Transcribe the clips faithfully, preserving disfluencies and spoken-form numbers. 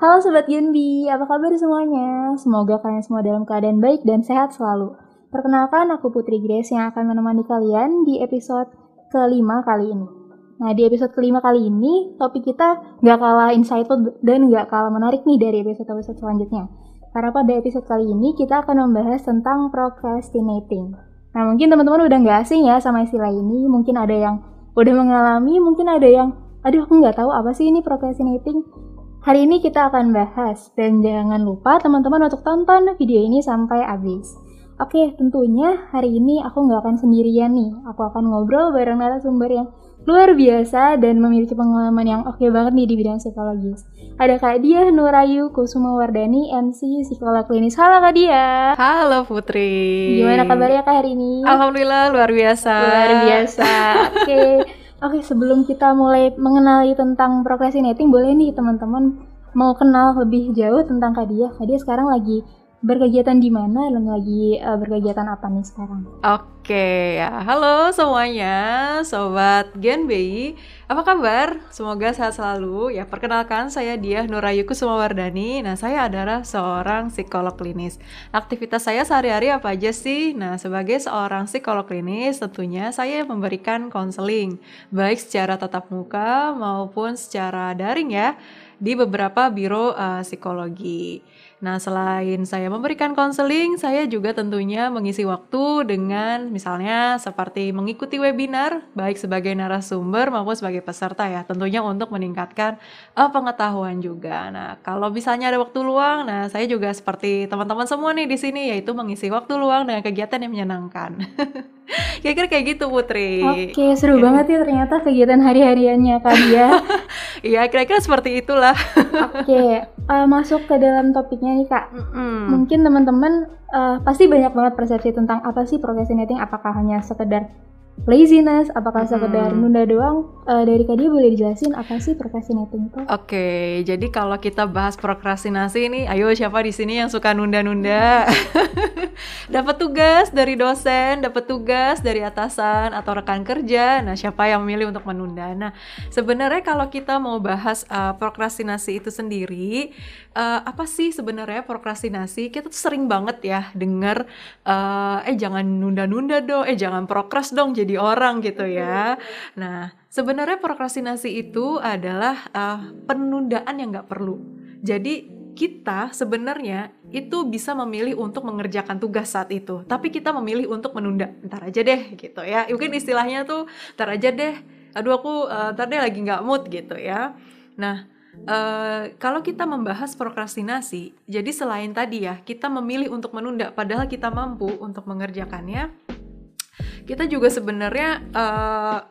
Halo Sobat Genbi, apa kabar semuanya? Semoga kalian semua dalam keadaan baik dan sehat selalu. Perkenalkan, aku Putri Grace yang akan menemani kalian di episode kelima kali ini. Nah, di episode kelima kali ini, topik kita gak kalah insightful dan gak kalah menarik nih dari episode-episode selanjutnya. Karena pada episode kali ini, kita akan membahas tentang procrastinating. Nah, mungkin teman-teman udah gak asing ya sama istilah ini. Mungkin ada yang udah mengalami, mungkin ada yang, aduh aku gak tahu apa sih ini procrastinating. Hari ini kita akan bahas, dan jangan lupa teman-teman untuk tonton video ini sampai habis. Oke, tentunya hari ini aku nggak akan sendirian nih. Aku akan ngobrol bareng narasumber yang luar biasa dan memiliki pengalaman yang oke banget nih di bidang psikologis. Ada Kak Diah Nurayu Kusumawardani, M C Psikolog Klinis. Halo Kak Diah. Halo Putri. Gimana kabarnya Kak hari ini? Alhamdulillah luar biasa. Luar biasa. Oke. Oke, sebelum kita mulai mengenali tentang procrastinating, boleh nih teman-teman mau kenal lebih jauh tentang Kak Diah. Kak Diah sekarang lagi berkegiatan di mana? Lagi uh, berkegiatan apa nih sekarang? Oke, ya. Halo semuanya, Sobat Gen B I. Apa kabar? Semoga sehat selalu. Ya, perkenalkan saya Diah Nurayu Kusumawardani. Nah, saya adalah seorang psikolog klinis. Aktivitas saya sehari-hari apa aja sih? Nah, sebagai seorang psikolog klinis, tentunya saya memberikan konseling, baik secara tatap muka maupun secara daring ya, di beberapa biro uh, psikologi. Nah, selain saya memberikan konseling, saya juga tentunya mengisi waktu dengan misalnya seperti mengikuti webinar, baik sebagai narasumber maupun sebagai peserta ya, tentunya untuk meningkatkan uh, pengetahuan juga. Nah, kalau misalnya ada waktu luang, nah saya juga seperti teman-teman semua nih di sini, yaitu mengisi waktu luang dengan kegiatan yang menyenangkan. Kira-kira kayak gitu Putri. Oke, seru banget ya ternyata kegiatan hari-hariannya Kak Diah. Iya, kira-kira seperti itulah. Oke, uh, masuk ke dalam topiknya nih Kak. Mm-mm. Mungkin teman-teman uh, pasti banyak banget persepsi tentang apa sih procrastinating. Apakah hanya sekedar laziness, apakah Mm-mm. sekedar nunda doang? Uh, dari Kak Diah boleh dijelasin apa sih procrastinating itu? Oke, jadi kalau kita bahas prokrastinasi nih, ayo siapa di sini yang suka nunda-nunda? Dapat tugas dari dosen, dapat tugas dari atasan atau rekan kerja. Nah, siapa yang memilih untuk menunda? Nah, sebenarnya kalau kita mau bahas uh, prokrastinasi itu sendiri, uh, apa sih sebenarnya prokrastinasi? Kita tuh sering banget ya dengar, uh, eh jangan nunda-nunda dong, eh jangan prokras dong jadi orang gitu ya. Nah, sebenarnya prokrastinasi itu adalah uh, penundaan yang nggak perlu. Jadi kita sebenarnya itu bisa memilih untuk mengerjakan tugas saat itu, tapi kita memilih untuk menunda, ntar aja deh gitu ya. Mungkin istilahnya tuh ntar aja deh, aduh aku uh, ntar deh lagi nggak mood gitu ya. Nah, uh, kalau kita membahas prokrastinasi, jadi selain tadi ya kita memilih untuk menunda padahal kita mampu untuk mengerjakannya, kita juga sebenarnya uh,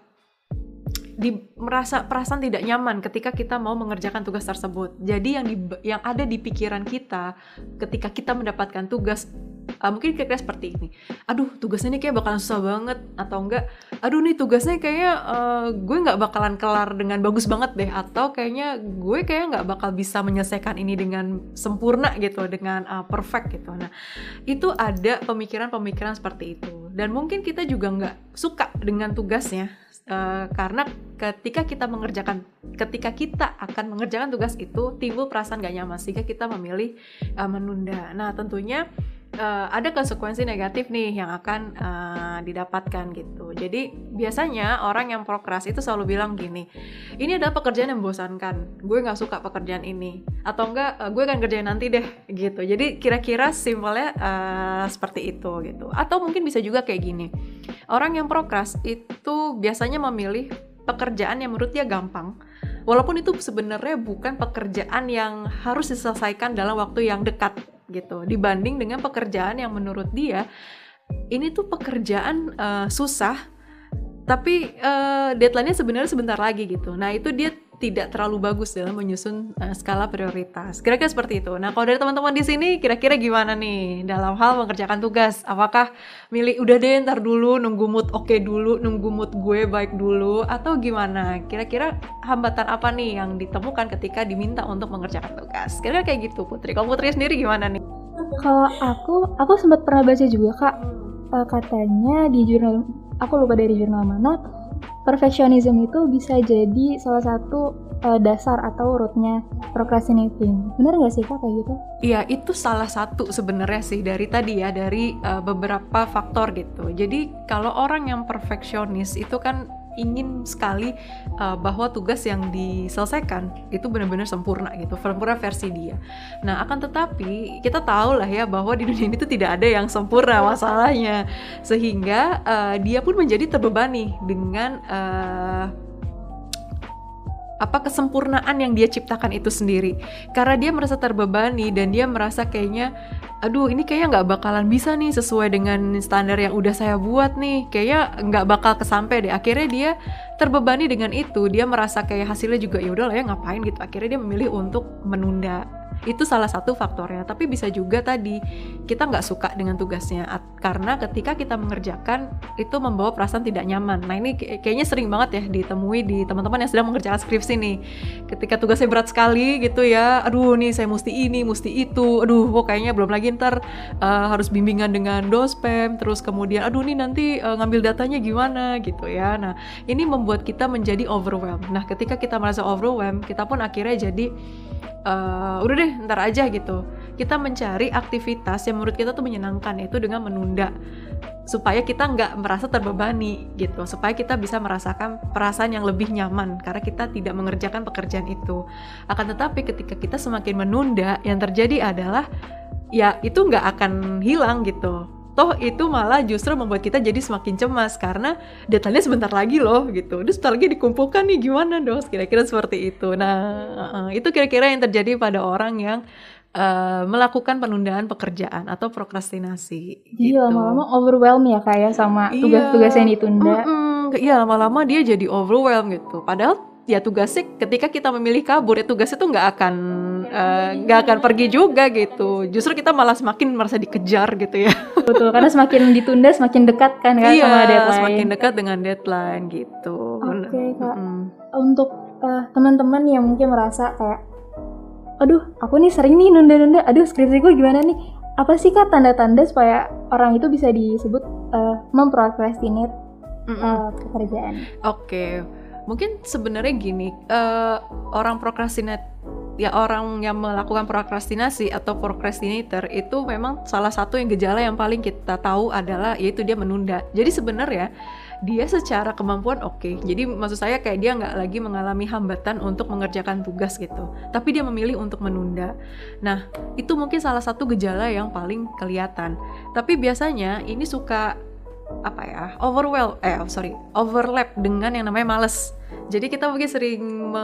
di merasa perasaan tidak nyaman ketika kita mau mengerjakan tugas tersebut. Jadi yang di, yang ada di pikiran kita ketika kita mendapatkan tugas, uh, mungkin kira-kira seperti ini. Aduh, tugasnya ini kayak bakalan susah banget, atau enggak, aduh nih tugasnya kayaknya uh, gue nggak bakalan kelar dengan bagus banget deh, atau kayaknya gue kayaknya nggak bakal bisa menyelesaikan ini dengan sempurna gitu, dengan uh, perfect gitu. Nah, itu ada pemikiran-pemikiran seperti itu. Dan mungkin kita juga nggak suka dengan tugasnya. Uh, karena ketika kita mengerjakan, ketika kita akan mengerjakan tugas itu timbul perasaan gak nyaman sehingga kita memilih uh, menunda. Nah, tentunya uh, ada konsekuensi negatif nih yang akan uh, didapatkan gitu. Jadi biasanya orang yang prokras itu selalu bilang gini, ini adalah pekerjaan yang membosankan, gue nggak suka pekerjaan ini, atau enggak uh, gue akan kerjain nanti deh gitu. Jadi kira-kira simpelnya uh, seperti itu gitu. Atau mungkin bisa juga kayak gini, orang yang prokras itu biasanya memilih pekerjaan yang menurut dia gampang, walaupun itu sebenarnya bukan pekerjaan yang harus diselesaikan dalam waktu yang dekat gitu, dibanding dengan pekerjaan yang menurut dia ini tuh pekerjaan uh, susah, tapi uh, deadline-nya sebenarnya sebentar lagi gitu. Nah, itu dia tidak terlalu bagus dalam menyusun uh, skala prioritas. Kira-kira seperti itu. Nah, kalau dari teman-teman di sini, kira-kira gimana nih dalam hal mengerjakan tugas? Apakah milih udah deh ntar dulu, nunggu mood oke okay dulu, nunggu mood gue baik dulu, atau gimana? Kira-kira hambatan apa nih yang ditemukan ketika diminta untuk mengerjakan tugas? Kira-kira kayak gitu, Putri. Kalau Putri sendiri gimana nih? Kalau aku, aku sempat pernah baca juga Kak, uh, katanya di jurnal, aku lupa dari jurnal mana, perfeksionisme itu bisa jadi salah satu uh, dasar atau rootnya procrastinating. Bener nggak sih Kak kayak gitu? Iya, itu salah satu sebenarnya sih dari tadi ya, dari uh, beberapa faktor gitu. Jadi kalau orang yang perfeksionis itu kan ingin sekali uh, bahwa tugas yang diselesaikan itu benar-benar sempurna gitu, sempurna versi dia. Nah, akan tetapi kita tahu lah ya bahwa di dunia ini tuh tidak ada yang sempurna masalahnya, sehingga uh, dia pun menjadi terbebani dengan uh, apa kesempurnaan yang dia ciptakan itu sendiri, karena dia merasa terbebani dan dia merasa kayaknya aduh ini kayaknya nggak bakalan bisa nih sesuai dengan standar yang udah saya buat nih, kayaknya nggak bakal kesampe deh. Akhirnya dia terbebani dengan itu, dia merasa kayak hasilnya juga ya udah lah ya ngapain gitu, akhirnya dia memilih untuk menunda. Itu salah satu faktornya. Tapi bisa juga tadi kita nggak suka dengan tugasnya karena ketika kita mengerjakan itu membawa perasaan tidak nyaman. Nah ini kayaknya sering banget ya ditemui di teman-teman yang sedang mengerjakan skripsi nih. Ketika tugasnya berat sekali gitu ya, aduh nih saya mesti ini, mesti itu, aduh kok kayaknya belum lagi ntar uh, harus bimbingan dengan dospem, terus kemudian aduh nih nanti uh, ngambil datanya gimana gitu ya. Nah ini membuat kita menjadi overwhelmed. Nah ketika kita merasa overwhelmed, kita pun akhirnya jadi Uh, udah deh ntar aja gitu. Kita mencari aktivitas yang menurut kita tuh menyenangkan, yaitu dengan menunda supaya kita nggak merasa terbebani gitu, supaya kita bisa merasakan perasaan yang lebih nyaman karena kita tidak mengerjakan pekerjaan itu. Akan tetapi ketika kita semakin menunda, yang terjadi adalah ya itu nggak akan hilang gitu. Toh itu malah justru membuat kita jadi semakin cemas karena deadline-nya sebentar lagi loh gitu. Udah sebentar lagi dikumpulkan nih, gimana dong? Kira-kira seperti itu. Nah, uh, itu kira-kira yang terjadi pada orang yang uh, melakukan penundaan pekerjaan atau prokrastinasi. Iya, gitu. lama-lama overwhelm ya kayak sama tugas-tugas yang ditunda. Iya, lama-lama dia jadi overwhelm gitu. Padahal ya tugasnya ketika kita memilih kabur ya tugasnya tuh nggak akan nggak uh, akan pergi juga gitu. Justru kita malah semakin merasa dikejar gitu ya. Betul, karena semakin ditunda semakin dekat kan kan iya, sama deadline. Semakin dekat dengan deadline gitu. Oke okay, Kak. Mm-hmm. Untuk uh, teman-teman yang mungkin merasa kayak, aduh aku nih sering nih nunda-nunda, aduh skripsiku gimana nih? Apa sih Kak tanda-tanda supaya orang itu bisa disebut uh, memprokrastinate mm-hmm. uh, pekerjaan? Oke. Okay. Mungkin sebenarnya gini, uh, orang prokrastinate, ya orang yang melakukan prokrastinasi atau procrastinator itu memang salah satu yang gejala yang paling kita tahu adalah yaitu dia menunda. Jadi sebenarnya dia secara kemampuan oke, okay. Jadi maksud saya kayak dia nggak lagi mengalami hambatan untuk mengerjakan tugas gitu, tapi dia memilih untuk menunda. Nah itu mungkin salah satu gejala yang paling kelihatan. Tapi biasanya ini suka apa ya overwhelm eh sorry overlap dengan yang namanya males. Jadi kita mungkin sering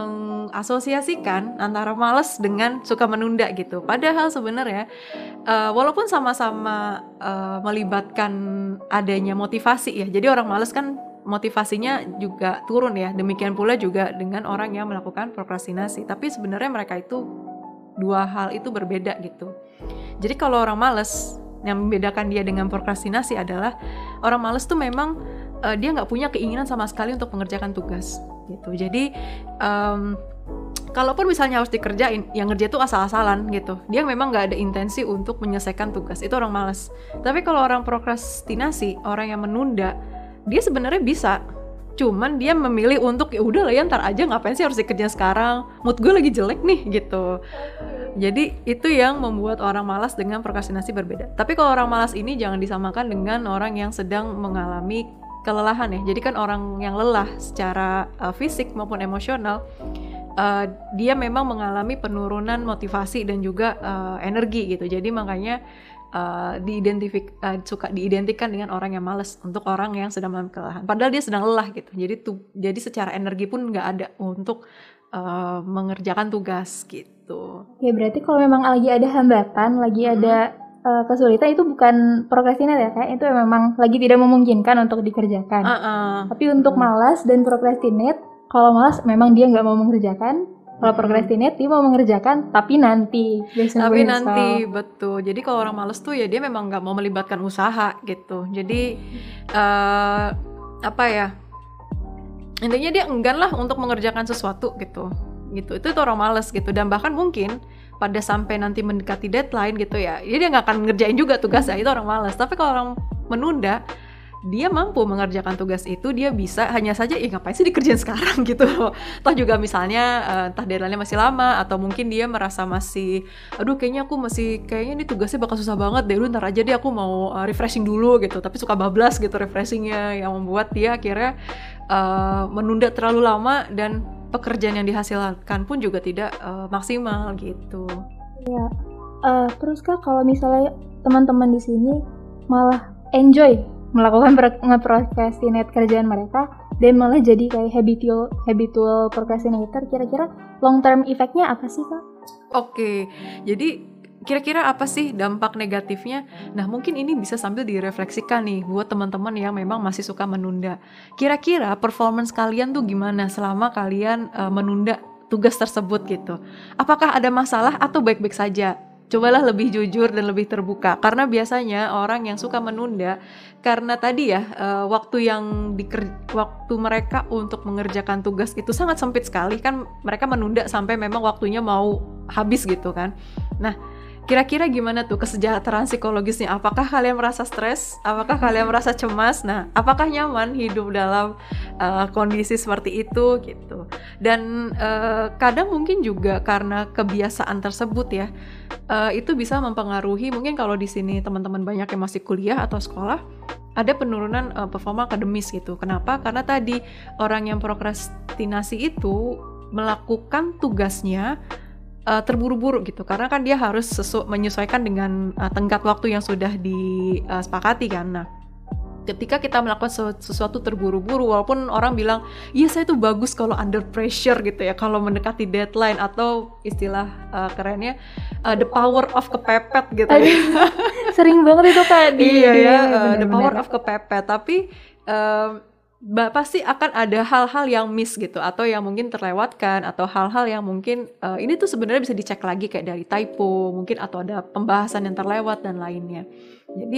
mengasosiasikan antara males dengan suka menunda gitu. Padahal sebenarnya uh, walaupun sama-sama uh, melibatkan adanya motivasi ya. Jadi orang males kan motivasinya juga turun ya. Demikian pula juga dengan orang yang melakukan prokrastinasi. Tapi sebenarnya mereka itu dua hal itu berbeda gitu. Jadi kalau orang males, yang membedakan dia dengan prokrastinasi adalah orang malas tuh memang uh, dia nggak punya keinginan sama sekali untuk mengerjakan tugas gitu. Jadi um, kalaupun misalnya harus dikerjain, yang ngerja tuh asal-asalan gitu. Dia memang nggak ada intensi untuk menyelesaikan tugas. Itu orang malas. Tapi kalau orang prokrastinasi, orang yang menunda, dia sebenarnya bisa. Cuman dia memilih untuk ya udah lah ya ntar aja, ngapain sih harus dikerjain sekarang, mood gue lagi jelek nih gitu. Jadi itu yang membuat orang malas dengan prokrastinasi berbeda. Tapi kalau orang malas ini jangan disamakan dengan orang yang sedang mengalami kelelahan ya. Jadi kan orang yang lelah secara uh, fisik maupun emosional, uh, dia memang mengalami penurunan motivasi dan juga uh, energi gitu. Jadi makanya Uh, diidentifik, uh, suka diidentikan dengan orang yang malas untuk orang yang sedang mengalami kelelahan. Padahal dia sedang lelah gitu. Jadi tuh, jadi secara energi pun nggak ada untuk uh, mengerjakan tugas gitu. Ya berarti kalau memang lagi ada hambatan, lagi hmm. ada uh, kesulitan itu bukan prokrastinate ya Kak? Itu memang lagi tidak memungkinkan untuk dikerjakan. Uh-uh. Tapi untuk hmm. malas dan prokrastinate, kalau malas memang dia nggak mau mengerjakan. Kalau prokrastinate dia mau mengerjakan tapi nanti tapi nanti betul. Jadi kalau orang malas tuh ya dia memang nggak mau melibatkan usaha gitu. Jadi uh, apa ya, intinya dia enggan lah untuk mengerjakan sesuatu gitu gitu. Itu, itu orang malas gitu. Dan bahkan mungkin pada sampai nanti mendekati deadline gitu ya, dia nggak akan ngerjain juga tugasnya. Itu orang malas. Tapi kalau orang menunda, dia mampu mengerjakan tugas itu, dia bisa, hanya saja ya ngapain sih dikerjain sekarang gitu loh. Toh juga misalnya uh, entah deadline-nya masih lama, atau mungkin dia merasa masih, aduh kayaknya aku masih, kayaknya ini tugasnya bakal susah banget deh, udah ntar aja deh aku mau uh, refreshing dulu gitu, tapi suka bablas gitu refreshingnya, yang membuat dia akhirnya uh, menunda terlalu lama dan pekerjaan yang dihasilkan pun juga tidak uh, maksimal gitu. Iya. Uh, terus Kak, kalau misalnya teman-teman di sini malah enjoy melakukan nge-procrastinate kerjaan mereka dan malah jadi kayak habitual habitual procrastinator, kira-kira long term effect-nya apa sih Kak? Oke, jadi kira-kira apa sih dampak negatifnya? Nah, mungkin ini bisa sambil direfleksikan nih buat teman-teman yang memang masih suka menunda. Kira-kira performance kalian tuh gimana selama kalian uh, menunda tugas tersebut gitu? Apakah ada masalah atau baik-baik saja? Cobalah lebih jujur dan lebih terbuka, karena biasanya orang yang suka menunda karena tadi ya uh, waktu yang diker- waktu mereka untuk mengerjakan tugas itu sangat sempit sekali kan, mereka menunda sampai memang waktunya mau habis gitu kan. Nah, kira-kira gimana tuh kesejahteraan psikologisnya? Apakah kalian merasa stres? Apakah kalian merasa cemas? Nah, apakah nyaman hidup dalam uh, kondisi seperti itu gitu? Dan uh, kadang mungkin juga karena kebiasaan tersebut ya, uh, itu bisa mempengaruhi. Mungkin kalau di sini teman-teman banyak yang masih kuliah atau sekolah, ada penurunan uh, performa akademis gitu. Kenapa? Karena tadi orang yang prokrastinasi itu melakukan tugasnya Uh, terburu-buru gitu, karena kan dia harus sesu- menyesuaikan dengan uh, tenggat waktu yang sudah disepakati kan. Nah, ketika kita melakukan sesu- sesuatu terburu-buru, walaupun orang bilang, iya saya tuh bagus kalau under pressure gitu ya, kalau mendekati deadline, atau istilah uh, kerennya uh, the power of kepepet gitu ya. Sering banget itu Kak di iya ya, uh, bener-bener. the power of kepepet, tapi um, Ba, pasti akan ada hal-hal yang miss gitu, atau yang mungkin terlewatkan, atau hal-hal yang mungkin uh, ini tuh sebenarnya bisa dicek lagi kayak dari typo mungkin, atau ada pembahasan yang terlewat dan lainnya. Jadi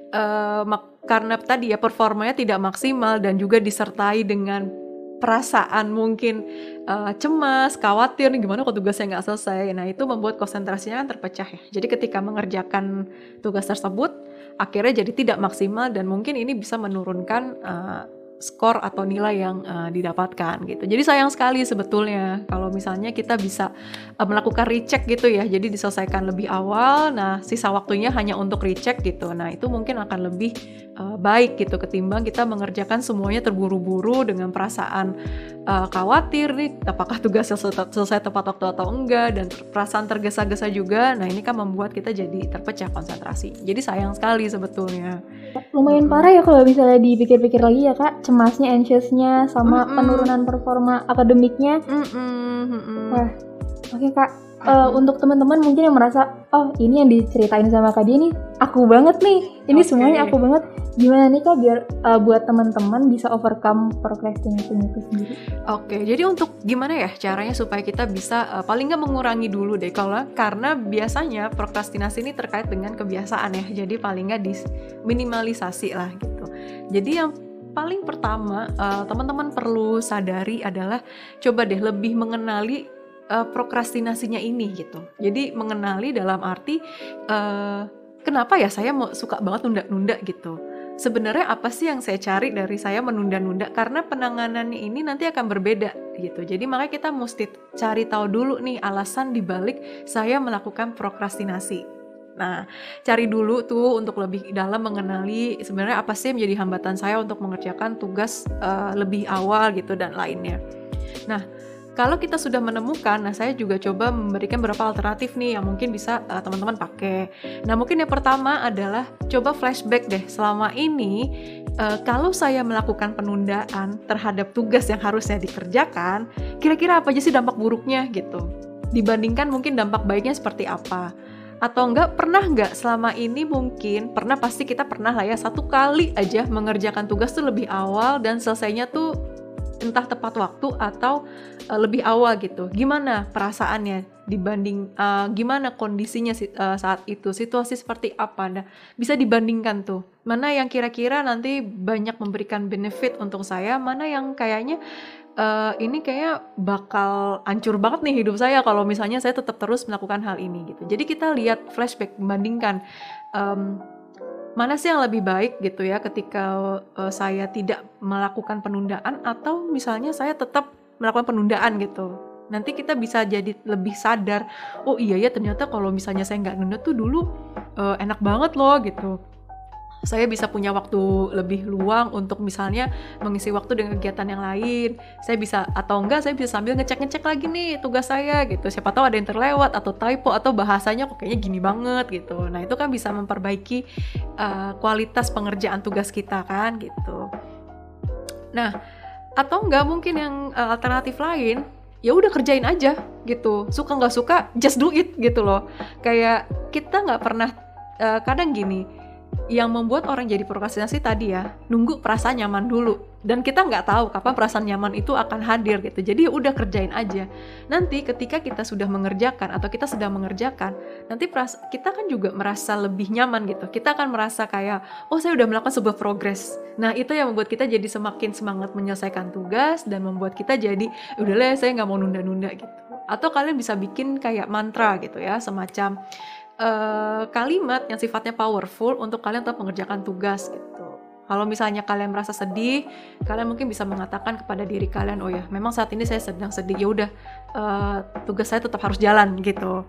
uh, mak- karena tadi ya performanya tidak maksimal dan juga disertai dengan perasaan mungkin uh, cemas, khawatir nih gimana kok tugasnya nggak selesai. Nah, itu membuat konsentrasinya kan terpecah ya. Jadi ketika mengerjakan tugas tersebut akhirnya jadi tidak maksimal, dan mungkin ini bisa menurunkan uh, skor atau nilai yang uh, didapatkan gitu. Jadi sayang sekali sebetulnya kalau misalnya kita bisa uh, melakukan recheck gitu ya. Jadi diselesaikan lebih awal, nah sisa waktunya hanya untuk recheck gitu. Nah, itu mungkin akan lebih uh, baik gitu ketimbang kita mengerjakan semuanya terburu-buru dengan perasaan uh, khawatir nih apakah tugas selesai, selesai tepat waktu atau enggak, dan ter- perasaan tergesa-gesa juga. Nah, ini kan membuat kita jadi terpecah konsentrasi. Jadi sayang sekali sebetulnya. Lumayan hmm. parah ya kalau misalnya dipikir-pikir lagi ya Kak, cemasnya, anxiousnya, sama mm-mm. penurunan performa akademiknya. Mm-mm. Wah, oke okay, Kak. Uh, untuk teman-teman mungkin yang merasa, oh ini yang diceritain sama Kak Dia nih, aku banget nih. Ini okay. semuanya aku banget. Gimana nih Kak biar uh, buat teman-teman bisa overcome procrastination itu sendiri? Oke, okay, jadi untuk gimana ya caranya supaya kita bisa uh, paling nggak mengurangi dulu deh, kalau karena biasanya prokrastinasi ini terkait dengan kebiasaan ya. Jadi paling nggak diminimalisasi lah gitu. Jadi yang paling pertama uh, teman-teman perlu sadari adalah coba deh lebih mengenali Uh, prokrastinasinya ini gitu. Jadi mengenali dalam arti uh, kenapa ya saya mau suka banget nunda-nunda gitu. Sebenarnya apa sih yang saya cari dari saya menunda-nunda? Karena penanganannya ini nanti akan berbeda gitu. Jadi makanya kita mesti cari tahu dulu nih alasan dibalik saya melakukan prokrastinasi. Nah, cari dulu tuh untuk lebih dalam mengenali sebenarnya apa sih yang menjadi hambatan saya untuk mengerjakan tugas uh, lebih awal gitu dan lainnya. Nah, kalau kita sudah menemukan, nah saya juga coba memberikan beberapa alternatif nih yang mungkin bisa uh, teman-teman pakai. Nah, mungkin yang pertama adalah coba flashback deh selama ini uh, kalau saya melakukan penundaan terhadap tugas yang harusnya dikerjakan, kira-kira apa aja sih dampak buruknya gitu. Dibandingkan mungkin dampak baiknya seperti apa. Atau enggak, pernah enggak selama ini mungkin, pernah pasti kita pernah lah ya, satu kali aja mengerjakan tugas tuh lebih awal dan selesainya tuh entah tepat waktu atau uh, lebih awal gitu. Gimana perasaannya dibanding uh, gimana kondisinya uh, saat itu, situasi seperti apa? Nah, bisa dibandingkan tuh. Mana yang kira-kira nanti banyak memberikan benefit untuk saya, mana yang kayaknya uh, ini kayak bakal hancur banget nih hidup saya kalau misalnya saya tetap terus melakukan hal ini gitu. Jadi kita lihat flashback, membandingkan um, mana sih yang lebih baik gitu ya ketika uh, saya tidak melakukan penundaan atau misalnya saya tetap melakukan penundaan gitu. Nanti kita bisa jadi lebih sadar, oh iya ya ternyata kalau misalnya saya nggak nunda tuh dulu uh, enak banget loh gitu. Saya bisa punya waktu lebih luang untuk misalnya mengisi waktu dengan kegiatan yang lain. Saya bisa, atau enggak saya bisa sambil ngecek-ngecek lagi nih tugas saya gitu. Siapa tahu ada yang terlewat atau typo atau bahasanya kok kayaknya gini banget gitu. Nah itu kan bisa memperbaiki uh, kualitas pengerjaan tugas kita kan gitu. Nah atau enggak mungkin yang uh, alternatif lain, ya udah kerjain aja gitu. Suka nggak suka just do it gitu loh. Kayak kita nggak pernah uh, kadang gini, yang membuat orang jadi prokrastinasi tadi ya, nunggu perasaan nyaman dulu. Dan kita nggak tahu kapan perasaan nyaman itu akan hadir gitu. Jadi ya udah kerjain aja. Nanti ketika kita sudah mengerjakan atau kita sedang mengerjakan, nanti peras- kita kan juga merasa lebih nyaman gitu. Kita akan merasa kayak, oh saya udah melakukan sebuah progres. Nah itu yang membuat kita jadi semakin semangat menyelesaikan tugas dan membuat kita jadi, udahlah saya nggak mau nunda-nunda gitu. Atau kalian bisa bikin kayak mantra gitu ya, semacam Uh, kalimat yang sifatnya powerful untuk kalian tetap mengerjakan tugas gitu. Kalau misalnya kalian merasa sedih, kalian mungkin bisa mengatakan kepada diri kalian, oh ya, memang saat ini saya sedang sedih. Ya udah, uh, tugas saya tetap harus jalan gitu.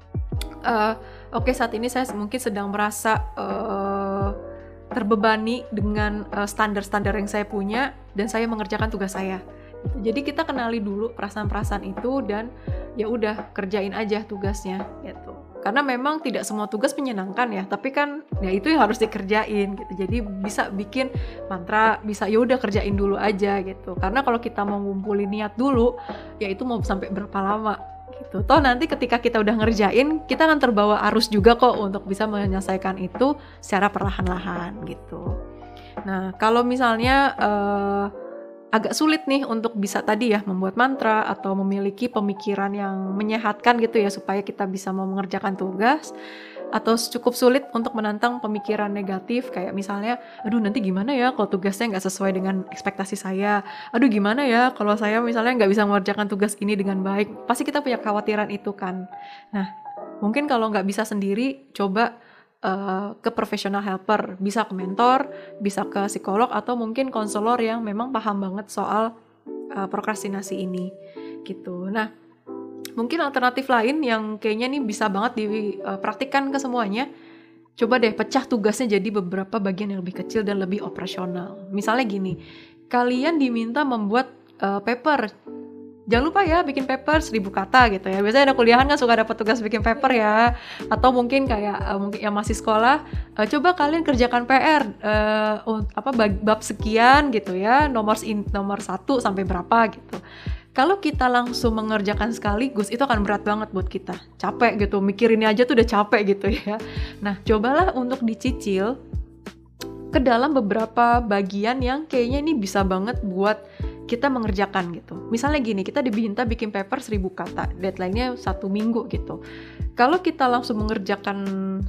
Uh, Oke, okay, saat ini saya mungkin sedang merasa uh, terbebani dengan uh, standar-standar yang saya punya dan saya mengerjakan tugas saya. Jadi kita kenali dulu perasaan-perasaan itu dan ya udah kerjain aja tugasnya gitu. Karena memang tidak semua tugas menyenangkan ya, tapi kan ya itu yang harus dikerjain gitu. Jadi bisa bikin mantra, bisa ya udah kerjain dulu aja gitu. Karena kalau kita mau ngumpulin niat dulu, ya itu mau sampai berapa lama gitu. Toh nanti ketika kita udah ngerjain, kita akan terbawa arus juga kok untuk bisa menyelesaikan itu secara perlahan-lahan gitu. Nah, kalau misalnya uh, agak sulit nih untuk bisa tadi ya membuat mantra atau memiliki pemikiran yang menyehatkan gitu ya supaya kita bisa mau mengerjakan tugas, atau cukup sulit untuk menantang pemikiran negatif kayak misalnya aduh nanti gimana ya kalau tugasnya nggak sesuai dengan ekspektasi saya, aduh gimana ya kalau saya misalnya nggak bisa mengerjakan tugas ini dengan baik. Pasti kita punya kekhawatiran itu kan. Nah mungkin kalau nggak bisa sendiri, coba Uh, ke professional helper, bisa ke mentor, bisa ke psikolog atau mungkin konselor yang memang paham banget soal uh, prokrastinasi ini gitu. Nah mungkin alternatif lain yang kayaknya nih bisa banget dipraktikkan ke semuanya, coba deh pecah tugasnya jadi beberapa bagian yang lebih kecil dan lebih operasional. Misalnya gini, kalian diminta membuat uh, paper, jangan lupa ya bikin paper seribu kata gitu ya. Biasanya ada kuliahan kan suka dapat tugas bikin paper ya. Atau mungkin kayak uh, mungkin yang masih sekolah, uh, coba kalian kerjakan P R uh, apa bab sekian gitu ya, nomor in, nomor satu sampai berapa gitu. Kalau kita langsung mengerjakan sekaligus, itu akan berat banget buat kita. Capek gitu, mikirinnya aja tuh udah capek gitu ya. Nah, cobalah untuk dicicil ke dalam beberapa bagian yang kayaknya ini bisa banget buat kita mengerjakan gitu. Misalnya gini, kita diminta bikin paper seribu kata, deadline-nya satu minggu gitu. Kalau kita langsung mengerjakan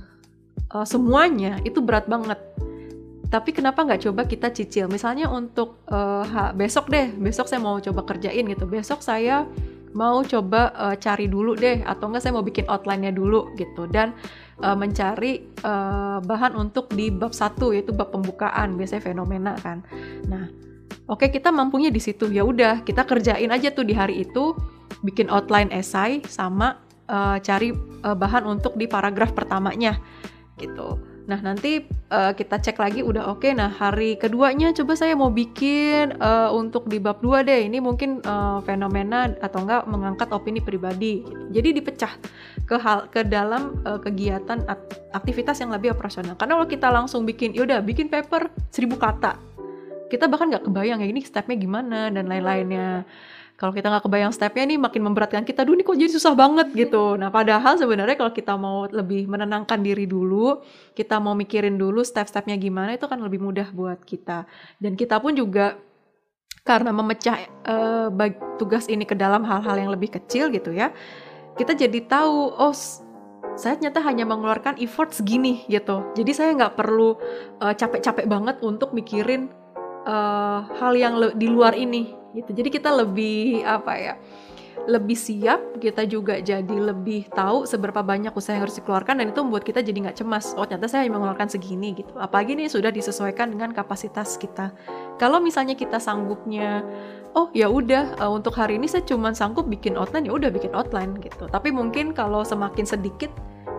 uh, semuanya, itu berat banget. Tapi kenapa nggak coba kita cicil? Misalnya untuk uh, ha, besok deh, besok saya mau coba kerjain gitu. Besok saya mau coba uh, cari dulu deh, atau enggak saya mau bikin outline-nya dulu gitu. Dan uh, mencari uh, bahan untuk di bab satu, yaitu bab pembukaan, biasanya fenomena kan. Nah, oke, kita mampunya di situ, ya udah kita kerjain aja tuh di hari itu, bikin outline esai sama uh, cari uh, bahan untuk di paragraf pertamanya gitu. Nah nanti uh, kita cek lagi udah oke. Nah hari keduanya coba saya mau bikin uh, untuk di bab dua deh. Ini mungkin uh, fenomena atau enggak mengangkat opini pribadi gitu. Jadi dipecah ke hal ke dalam uh, kegiatan aktivitas yang lebih operasional. Karena kalau kita langsung bikin, yaudah bikin paper seribu kata, kita bahkan nggak kebayang ya ini stepnya gimana dan lain-lainnya. Kalau kita nggak kebayang stepnya nih makin memberatkan kita, duh ini kok jadi susah banget gitu. Nah padahal sebenarnya kalau kita mau lebih menenangkan diri dulu, kita mau mikirin dulu step-stepnya gimana, itu kan lebih mudah buat kita. Dan kita pun juga karena memecah uh, bag- tugas ini ke dalam hal-hal yang lebih kecil gitu ya, kita jadi tahu, oh saya ternyata hanya mengeluarkan effort segini gitu. Jadi saya nggak perlu uh, capek-capek banget untuk mikirin uh, hal yang le- di luar ini gitu. Jadi kita lebih apa ya, lebih siap, kita juga jadi lebih tahu seberapa banyak usaha yang harus dikeluarkan, dan itu membuat kita jadi nggak cemas. Oh ternyata saya hanya mengeluarkan segini gitu. Apalagi nih sudah disesuaikan dengan kapasitas kita. Kalau misalnya kita sanggupnya, oh ya udah uh, untuk hari ini saya cuma sanggup bikin outline, ya udah bikin outline gitu. Tapi mungkin kalau semakin sedikit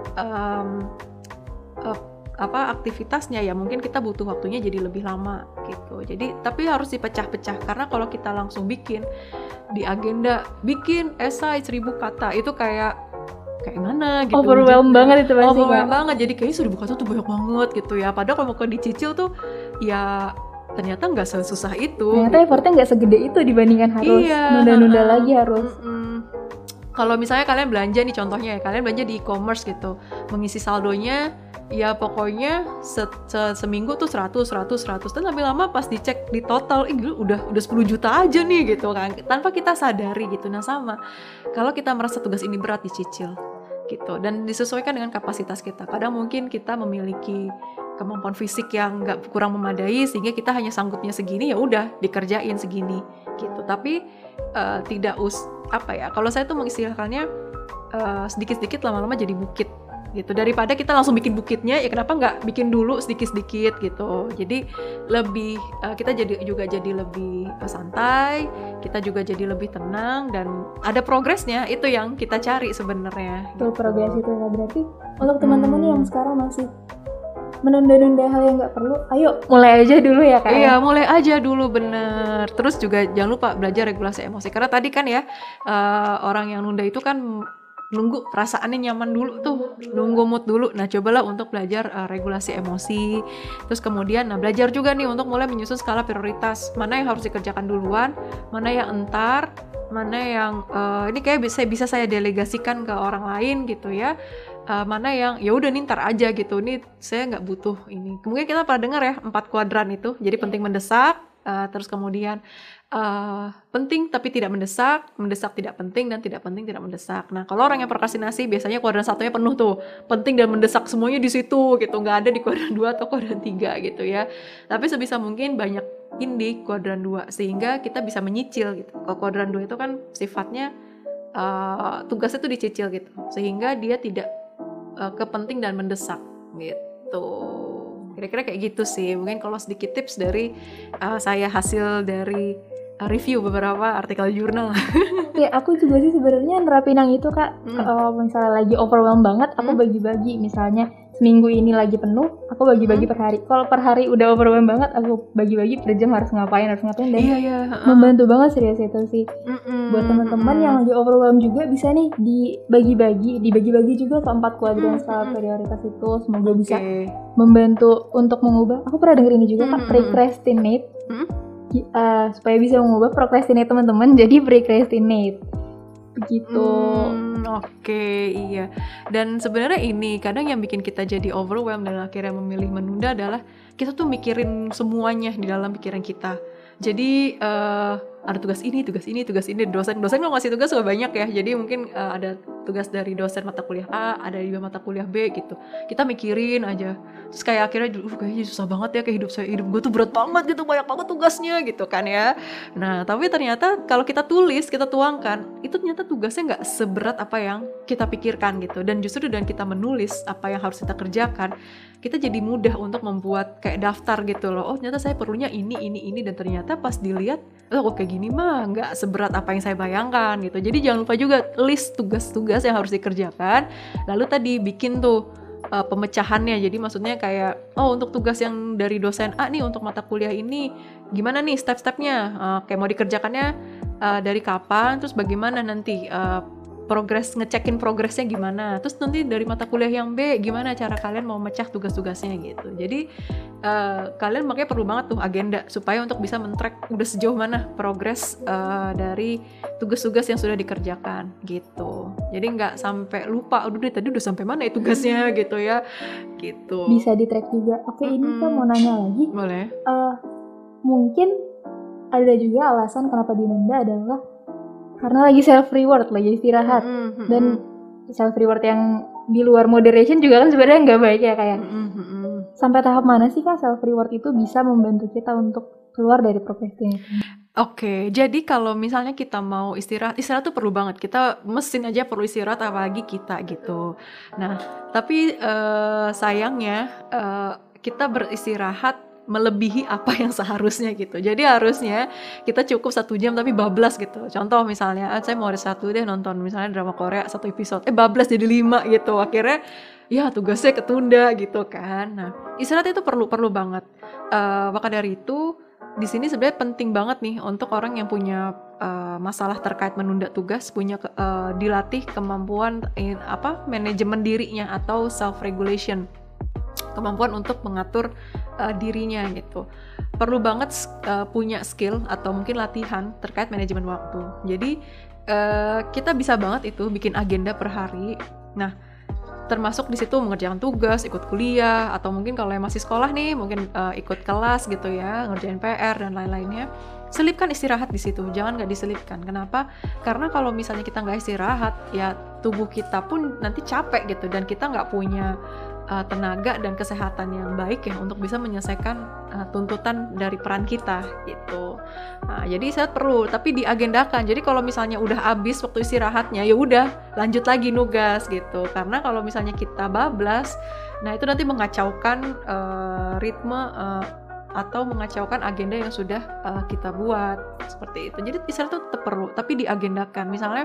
um, uh, apa aktivitasnya, ya mungkin kita butuh waktunya jadi lebih lama gitu. Jadi tapi harus dipecah-pecah, karena kalau kita langsung bikin di agenda, bikin esai seribu kata, itu kayak kayak mana gitu. Overwhelm jadi, banget itu pasti. Overwhelm banget, jadi kayaknya seribu kata tuh banyak banget gitu ya. Padahal kalau mau dicicil tuh ya ternyata nggak sesusah itu. Ternyata gitu. Effortnya nggak segede itu dibandingkan harus iya, nunda-nunda uh, lagi harus. Uh, uh. Kalau misalnya kalian belanja nih, contohnya ya, kalian belanja di e-commerce gitu, mengisi saldonya ya pokoknya se se seminggu tuh seratus, seratus, seratus, dan lama-lama pas dicek di total, ih udah udah sepuluh juta aja nih gitu kan, tanpa kita sadari gitu. Nah sama, kalau kita merasa tugas ini berat, dicicil gitu, dan disesuaikan dengan kapasitas kita. Kadang mungkin kita memiliki kemampuan fisik yang nggak kurang memadai, sehingga kita hanya sanggupnya segini, ya udah dikerjain segini gitu. Tapi uh, tidak us apa ya, kalau saya tuh mengistilahkannya uh, sedikit-sedikit lama-lama jadi bukit gitu. Daripada kita langsung bikin bukitnya, ya kenapa nggak bikin dulu sedikit-sedikit gitu. Jadi lebih uh, kita jadi juga jadi lebih uh, santai, kita juga jadi lebih tenang, dan ada progresnya. Itu yang kita cari sebenarnya. Itu gitu. progres itu ya. Berarti untuk teman-teman hmm. yang sekarang masih menunda-nunda hal yang nggak perlu, ayo mulai aja dulu ya kak. Iya, mulai aja dulu, bener. Terus juga jangan lupa belajar regulasi emosi, karena tadi kan ya uh, orang yang nunda itu kan nunggu perasaannya nyaman dulu tuh, nunggu mood dulu. Nah cobalah untuk belajar uh, regulasi emosi. Terus kemudian nah belajar juga nih untuk mulai menyusun skala prioritas, mana yang harus dikerjakan duluan, mana yang entar, mana yang uh, ini kayak bisa bisa saya delegasikan ke orang lain gitu ya. Uh, mana yang ya udah nih ntar aja gitu, nih saya nggak butuh ini. Mungkin kita pernah dengar ya empat kuadran itu. Jadi penting, mendesak, uh, terus kemudian uh, penting tapi tidak mendesak, mendesak tidak penting, dan tidak penting tidak mendesak. Nah kalau orang yang prokrastinasi biasanya kuadran satunya penuh tuh, penting dan mendesak semuanya di situ gitu, nggak ada di kuadran dua atau kuadran tiga gitu ya. Tapi sebisa mungkin banyak di kuadran dua, sehingga kita bisa menyicil gitu. Kalau kuadran dua itu kan sifatnya uh, tugasnya tuh dicicil gitu, sehingga dia tidak ke penting dan mendesak gitu. Kira-kira kayak gitu sih. Mungkin kalau sedikit tips dari uh, saya hasil dari uh, review beberapa artikel jurnal. Ya aku juga sih sebenarnya nerapin yang itu kak. Hmm. Kalau misalnya lagi overwhelm banget, aku hmm. bagi-bagi. Misalnya seminggu ini lagi penuh, aku bagi-bagi hmm. per hari. Kalau per hari udah overwhelm banget, aku bagi-bagi per jam harus ngapain, harus ngapain. Dan iya, iya. Uh. membantu banget serius itu sih. Mm-mm. Buat teman-teman mm-mm. yang lagi overwhelm juga bisa nih dibagi-bagi, dibagi-bagi juga ke empat kuadran skala prioritas itu. Semoga okay. bisa membantu untuk mengubah. Aku pernah denger ini juga mm-hmm. kak, procrastinate. Mm-hmm. Uh, supaya bisa mengubah procrastinate teman-teman jadi procrastinate. Begitu. Hmm, Oke, okay, iya. Dan sebenarnya ini kadang yang bikin kita jadi overwhelmed dan akhirnya memilih menunda adalah kita tuh mikirin semuanya di dalam pikiran kita. Jadi uh, ada tugas ini, tugas ini, tugas ini. Dosen, dosen kalau ngasih tugas sudah banyak ya. Jadi mungkin uh, ada tugas dari dosen mata kuliah A, ada juga mata kuliah B gitu. Kita mikirin aja. Terus kayak akhirnya, uh, kayaknya susah banget ya kayak hidup saya. Hidup gue tuh berat banget gitu, banyak banget tugasnya gitu kan ya. Nah, tapi ternyata kalau kita tulis, kita tuangkan, itu ternyata tugasnya nggak seberat apa yang kita pikirkan gitu. Dan justru dengan kita menulis apa yang harus kita kerjakan, kita jadi mudah untuk membuat kayak daftar gitu loh. Oh ternyata saya perlunya ini, ini, ini. Dan ternyata pas dilihat, oh kayak gini mah nggak seberat apa yang saya bayangkan gitu. Jadi jangan lupa juga list tugas-tugas yang harus dikerjakan. Lalu tadi bikin tuh uh, pemecahannya. Jadi maksudnya kayak, oh untuk tugas yang dari dosen A nih, untuk mata kuliah ini, gimana nih step-stepnya? Uh, kayak mau dikerjakannya uh, dari kapan, terus bagaimana nanti uh, progres, ngecekin progresnya gimana, terus nanti dari mata kuliah yang B gimana cara kalian mau mecah tugas-tugasnya gitu. Jadi uh, kalian makanya perlu banget tuh agenda supaya untuk bisa men-track udah sejauh mana progres uh, dari tugas-tugas yang sudah dikerjakan gitu. Jadi nggak sampai lupa, aduh deh tadi udah sampai mana ya tugasnya gitu ya, gitu. Bisa di-track juga. Oke, mm-hmm. ini kan mau nanya lagi. Boleh. Uh, mungkin ada juga alasan kenapa dinunda adalah karena lagi self reward, lagi istirahat, mm-hmm. dan self reward yang di luar moderation juga kan sebenarnya nggak baik ya kayak. Mm-hmm. Sampai tahap mana sih kak self reward itu bisa membantu kita untuk keluar dari procrastination? Oke, jadi kalau misalnya kita mau istirahat, istirahat tuh perlu banget. Kita mesin aja perlu istirahat, apalagi kita gitu. Nah, tapi eh, sayangnya eh, kita beristirahat melebihi apa yang seharusnya gitu. Jadi harusnya kita cukup satu jam tapi bablas gitu. Contoh misalnya, ah, saya mau hari satu deh nonton misalnya drama Korea satu episode, eh bablas jadi lima gitu. Akhirnya ya tugasnya ketunda gitu kan. Nah, istirahat itu perlu perlu banget. Eh, maka dari itu di sini sebenarnya penting banget nih untuk orang yang punya uh, masalah terkait menunda tugas, punya ke- uh, dilatih kemampuan in, apa manajemen dirinya atau self regulation, kemampuan untuk mengatur uh, dirinya gitu. Perlu banget uh, punya skill atau mungkin latihan terkait manajemen waktu. Jadi uh, kita bisa banget itu bikin agenda per hari. Nah, termasuk di situ mengerjakan tugas, ikut kuliah, atau mungkin kalau yang masih sekolah nih, mungkin uh, ikut kelas gitu ya, ngerjain P R dan lain-lainnya. Selipkan istirahat di situ, jangan nggak diselipkan. Kenapa? Karena kalau misalnya kita nggak istirahat, ya tubuh kita pun nanti capek gitu, dan kita nggak punya uh, tenaga dan kesehatan yang baik ya untuk bisa menyelesaikan uh, tuntutan dari peran kita gitu. Nah, jadi istirahat perlu, tapi diagendakan. Jadi kalau misalnya udah habis waktu istirahatnya, ya udah lanjut lagi nugas gitu. Karena kalau misalnya kita bablas, nah itu nanti mengacaukan uh, ritme uh, atau mengacaukan agenda yang sudah uh, kita buat seperti itu. Jadi istirahat itu tetap perlu, tapi diagendakan. Misalnya,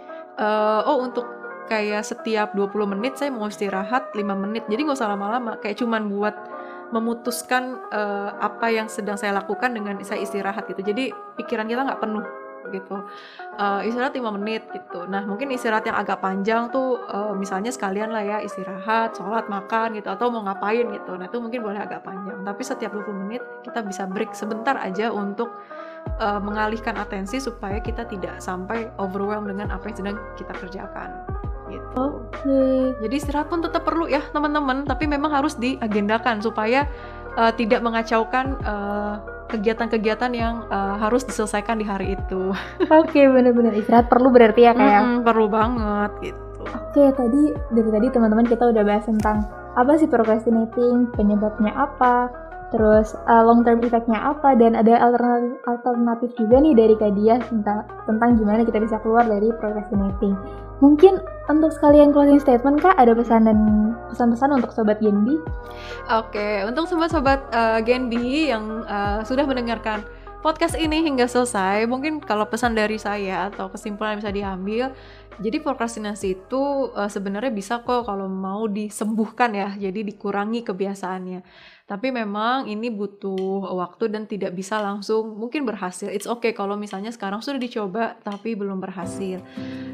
uh, oh untuk kayak setiap dua puluh menit saya mau istirahat lima menit. Jadi nggak usah lama-lama, kayak cuman buat memutuskan uh, apa yang sedang saya lakukan dengan saya istirahat gitu. Jadi pikiran kita nggak penuh gitu. Uh, istirahat lima menit gitu. Nah, mungkin istirahat yang agak panjang tuh uh, misalnya sekalian lah ya istirahat, sholat, makan gitu, atau mau ngapain gitu. Nah, itu mungkin boleh agak panjang. Tapi setiap dua puluh menit kita bisa break sebentar aja untuk uh, mengalihkan atensi supaya kita tidak sampai overwhelmed dengan apa yang sedang kita kerjakan gitu. Oke. Okay. Jadi istirahat pun tetap perlu ya teman-teman, tapi memang harus diagendakan supaya uh, tidak mengacaukan uh, kegiatan-kegiatan yang uh, harus diselesaikan di hari itu. Oke, okay, benar-benar istirahat perlu berarti ya kayak. Mm-mm, perlu banget gitu. Oke, okay, tadi dari tadi teman-teman kita udah bahas tentang apa sih procrastinating, penyebabnya apa, terus uh, long term effect-nya apa, dan ada alternatif, alternatif juga nih dari Kak Diah tentang tentang gimana kita bisa keluar dari procrastinating. Mungkin untuk sekalian closing statement Kak, ada pesan dan pesan-pesan untuk Sobat Genbi? Oke, untuk sobat-sobat uh, Genbi yang uh, sudah mendengarkan podcast ini hingga selesai, mungkin kalau pesan dari saya atau kesimpulan yang bisa diambil, jadi prokrastinasi itu uh, sebenarnya bisa kok kalau mau disembuhkan ya, jadi dikurangi kebiasaannya. Tapi memang ini butuh waktu dan tidak bisa langsung mungkin berhasil. It's okay kalau misalnya sekarang sudah dicoba tapi belum berhasil.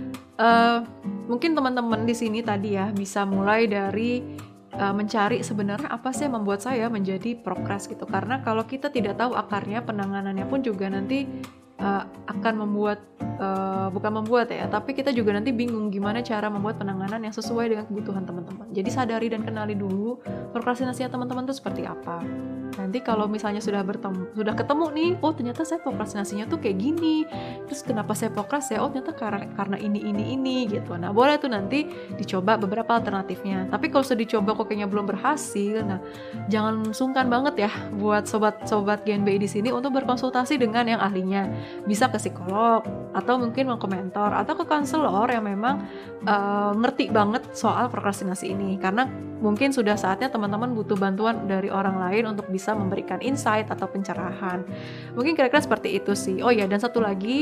Uh, mungkin teman-teman di sini tadi ya bisa mulai dari uh, mencari sebenarnya apa sih yang membuat saya menjadi prokras gitu. Karena kalau kita tidak tahu akarnya, penanganannya pun juga nanti uh, akan membuat uh, bukan membuat ya, tapi kita juga nanti bingung gimana cara membuat penanganan yang sesuai dengan kebutuhan teman-teman. Jadi sadari dan kenali dulu prokrastinasinya teman-teman itu seperti apa. Nanti kalau misalnya sudah bertemu, sudah ketemu nih, oh ternyata saya prokrastinasinya tuh kayak gini. Terus kenapa saya prokras ya? Oh ternyata karena, karena ini, ini, ini gitu. Nah boleh tuh nanti dicoba beberapa alternatifnya. Tapi kalau sudah dicoba kok kayaknya belum berhasil, nah jangan sungkan banget ya buat sobat-sobat G N B I di sini untuk berkonsultasi dengan yang ahlinya. Bisa ke psikolog, atau mungkin mau ke mentor, atau ke konselor yang memang uh, ngerti banget soal prokrastinasi ini. Karena mungkin sudah saatnya teman-teman butuh bantuan dari orang lain untuk bisa memberikan insight atau pencerahan. Mungkin kira-kira seperti itu sih. Oh ya, dan satu lagi,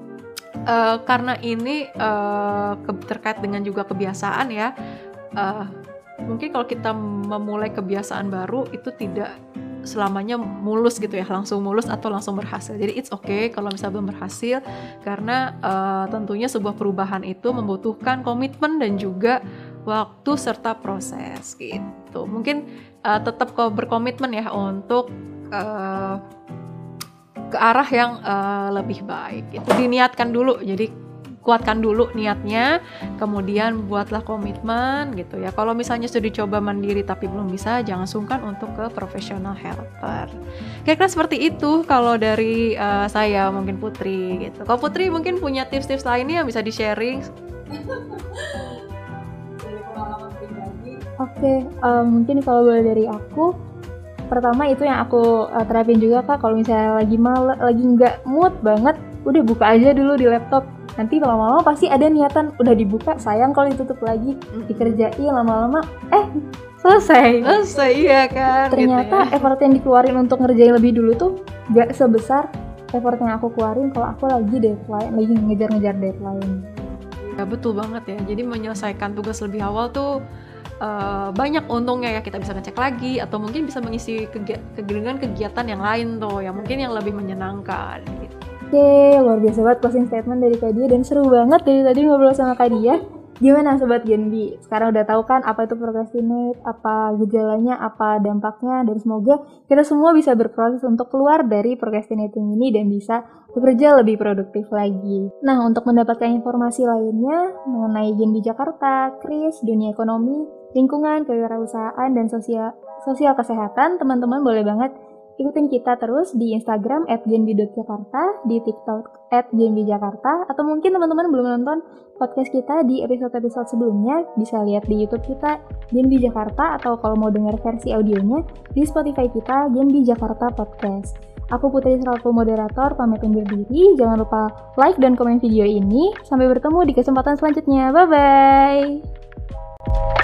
uh, karena ini uh, ke- terkait dengan juga kebiasaan ya, uh, mungkin kalau kita memulai kebiasaan baru itu tidak selamanya mulus gitu ya, langsung mulus atau langsung berhasil. Jadi it's okay kalau misalnya belum berhasil, karena uh, tentunya sebuah perubahan itu membutuhkan komitmen dan juga waktu serta proses gitu. Mungkin uh, tetap kok berkomitmen ya untuk uh, ke arah yang uh, lebih baik. Itu diniatkan dulu. Jadi kuatkan dulu niatnya, kemudian buatlah komitmen gitu ya. Kalau misalnya sudah dicoba mandiri tapi belum bisa, jangan sungkan untuk ke professional helper. Kira-kira seperti itu kalau dari uh, saya, mungkin Putri gitu. Kalau Putri mungkin punya tips-tips lainnya yang bisa di-sharing. Oke, okay, um, mungkin kalau boleh dari aku, pertama itu yang aku uh, terapin juga Kak, kalau misalnya lagi males, lagi nggak mood banget, udah buka aja dulu di laptop. Nanti lama-lama pasti ada niatan, udah dibuka, sayang kalau ditutup lagi, dikerjain lama-lama, eh selesai. Selesai, iya kan. Ternyata gitu ya. effort yang dikeluarin untuk ngerjain lebih dulu tuh nggak sebesar effort yang aku keluarin kalau aku lagi deadline, lagi ngejar-ngejar deadline. Ya betul banget ya, jadi menyelesaikan tugas lebih awal tuh uh, banyak untungnya ya, kita bisa ngecek lagi atau mungkin bisa mengisi kegi- dengan kegiatan yang lain tuh, yang mungkin yang lebih menyenangkan gitu. Oke, luar biasa banget closing statement dari Kak Dia dan seru banget dari tadi ngobrol sama Kak Dia. Gimana Sobat Genbi? Sekarang udah tahu kan apa itu procrastinate, apa gejalanya, apa dampaknya, dan semoga kita semua bisa berproses untuk keluar dari procrastinating ini dan bisa bekerja lebih produktif lagi. Nah, untuk mendapatkan informasi lainnya mengenai Genbi Jakarta, Kris, dunia ekonomi, lingkungan, kewirausahaan, dan sosial, sosial kesehatan, teman-teman boleh banget ikutin kita terus di Instagram at genbi dot jakarta, di TikTok at genbi jakarta, atau mungkin teman-teman belum nonton podcast kita di episode-episode sebelumnya, bisa lihat di YouTube kita Genbi Jakarta, atau kalau mau dengar versi audionya di Spotify kita Genbi Jakarta Podcast. Aku Putri selaku moderator, pamit undur diri. Jangan lupa like dan komen video ini. Sampai bertemu di kesempatan selanjutnya. Bye-bye!